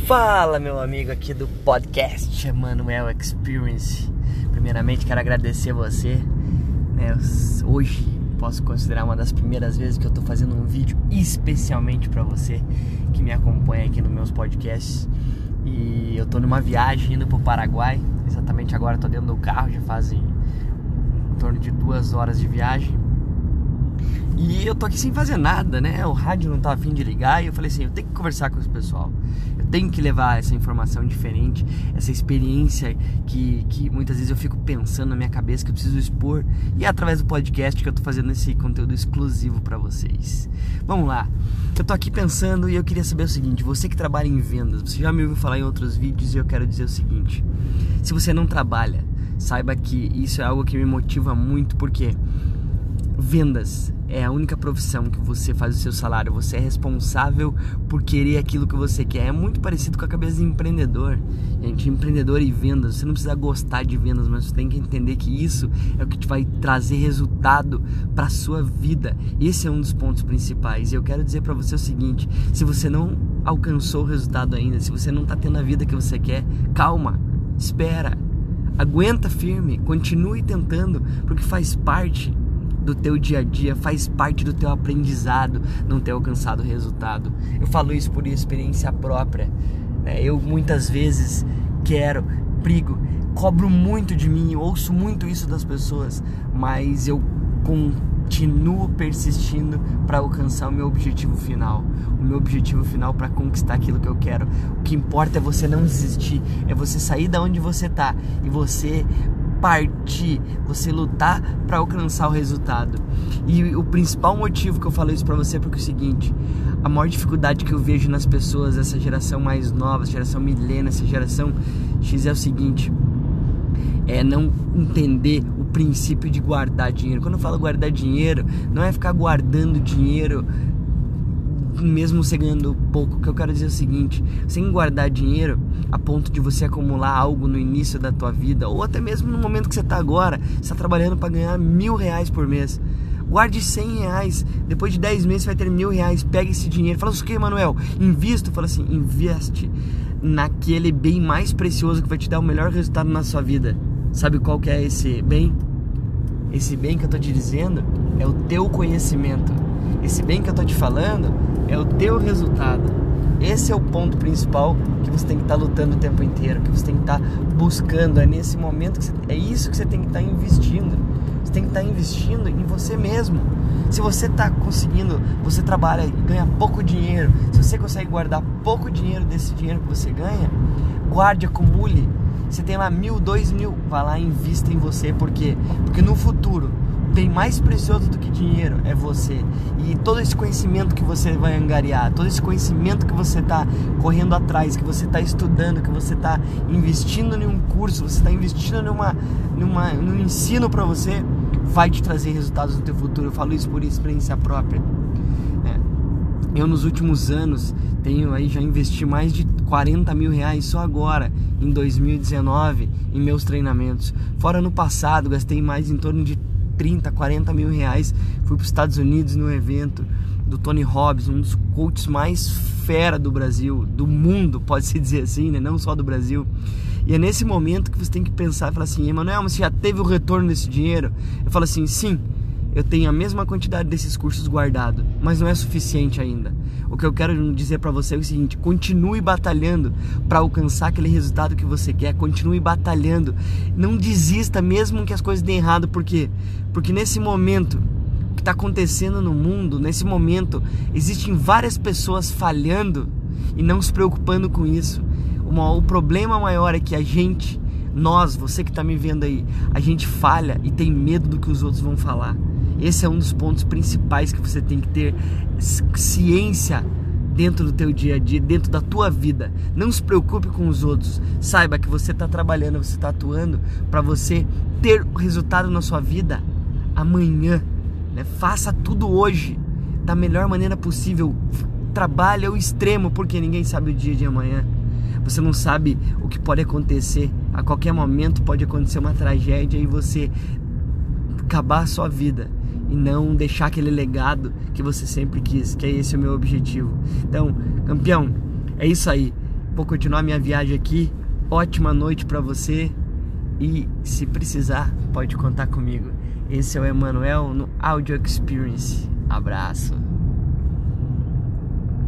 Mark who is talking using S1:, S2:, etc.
S1: Fala, meu amigo aqui do podcast Emanuel Experience. Primeiramente quero agradecer a você, né? Hoje posso considerar uma das primeiras vezes que eu tô fazendo um vídeo especialmente para você que me acompanha aqui nos meus podcasts. E eu tô numa viagem indo pro Paraguai. Exatamente agora eu tô dentro do carro, já fazem em torno de 2 horas de viagem. E eu tô aqui sem fazer nada, né? O rádio não tá a fim de ligar. E eu falei assim, eu tenho que conversar com esse pessoal. Eu tenho que levar essa informação diferente, essa experiência que muitas vezes eu fico pensando na minha cabeça que eu preciso expor. E é através do podcast que eu tô fazendo esse conteúdo exclusivo pra vocês. Vamos lá. Eu tô aqui pensando e eu queria saber o seguinte. Você que trabalha em vendas, você já me ouviu falar em outros vídeos e eu quero dizer o seguinte. Se você não trabalha, saiba que isso é algo que me motiva muito, porque vendas é a única profissão que você faz o seu salário. Você é responsável por querer aquilo que você quer. É muito parecido com a cabeça de empreendedor. Gente, empreendedor e vendas, você não precisa gostar de vendas, mas você tem que entender que isso é o que te vai trazer resultado para a sua vida. Esse é um dos pontos principais. E eu quero dizer para você o seguinte: se você não alcançou o resultado ainda, se você não está tendo a vida que você quer, calma, espera, aguenta firme, continue tentando, porque faz parte do teu dia a dia, faz parte do teu aprendizado não ter alcançado o resultado. Eu falo isso por experiência própria, né? Eu muitas vezes brigo, cobro muito de mim, ouço muito isso das pessoas, mas eu continuo persistindo para alcançar o meu objetivo final. O meu objetivo final para conquistar aquilo que eu quero. O que importa é você não desistir, é você sair da onde você tá e você partir, você lutar para alcançar o resultado. E o principal motivo que eu falo isso para você é porque é o seguinte: a maior dificuldade que eu vejo nas pessoas, essa geração mais nova, essa geração milênio, essa geração X, é o seguinte: é não entender o princípio de guardar dinheiro. Quando eu falo guardar dinheiro, não é ficar guardando dinheiro mesmo você ganhando pouco. O que eu quero dizer é o seguinte: sem guardar dinheiro a ponto de você acumular algo no início da tua vida, ou até mesmo no momento que você está agora, você está trabalhando para ganhar R$1.000 por mês. Guarde R$100, depois de 10 meses você vai ter R$1.000. Pega esse dinheiro, fala assim: o que, Emanuel? Invisto? Fala assim: investe naquele bem mais precioso que vai te dar o melhor resultado na sua vida. Sabe qual que é esse bem? Esse bem que eu tô te dizendo é o teu conhecimento. Esse bem que eu tô te falando é o teu resultado. Esse é o ponto principal que você tem que estar lutando o tempo inteiro, que você tem que estar buscando. É nesse momento que é isso que você tem que estar investindo. Você tem que estar investindo em você mesmo. Se você está conseguindo, você trabalha e ganha pouco dinheiro, se você consegue guardar pouco dinheiro desse dinheiro que você ganha, guarde, acumule. Você tem lá 1.000, 2.000, vai lá e invista em você. Por quê? Porque no futuro, bem mais precioso do que dinheiro é você. E todo esse conhecimento que você vai angariar, todo esse conhecimento que você está correndo atrás, que você está estudando, que você está investindo em um curso, você está investindo num ensino para você, vai te trazer resultados no teu futuro. Eu falo isso por experiência própria. Eu nos últimos anos já investi mais de R$40.000 só agora, em 2019, em meus treinamentos. Fora no passado, gastei mais em torno de R$30, R$40.000. Fui para os Estados Unidos no evento do Tony Robbins, um dos coaches mais fera do Brasil, do mundo, pode-se dizer assim, né? Não só do Brasil. E é nesse momento que você tem que pensar e falar assim: Emanuel, mas você já teve o retorno desse dinheiro? Eu falo assim: sim, eu tenho a mesma quantidade desses cursos guardado, mas não é suficiente ainda. O que eu quero dizer para você é o seguinte: continue batalhando para alcançar aquele resultado que você quer. Continue batalhando, não desista mesmo que as coisas deem errado. Por quê? Porque nesse momento, o que está acontecendo no mundo, nesse momento, existem várias pessoas falhando e não se preocupando com isso. O problema maior é que você que está me vendo aí, a gente falha e tem medo do que os outros vão falar. Esse é um dos pontos principais que você tem que ter ciência dentro do teu dia a dia, dentro da tua vida. Não se preocupe com os outros. Saiba que você está trabalhando, você está atuando para você ter o resultado na sua vida amanhã, né? Faça tudo hoje da melhor maneira possível. Trabalhe ao extremo, porque ninguém sabe o dia de amanhã. Você não sabe o que pode acontecer. A qualquer momento pode acontecer uma tragédia e você acabar a sua vida e não deixar aquele legado que você sempre quis, que é esse o meu objetivo. Então, campeão, é isso aí. Vou continuar minha viagem aqui. Ótima noite pra você. E se precisar, pode contar comigo. Esse é o Emanuel no Audio Experience. Abraço.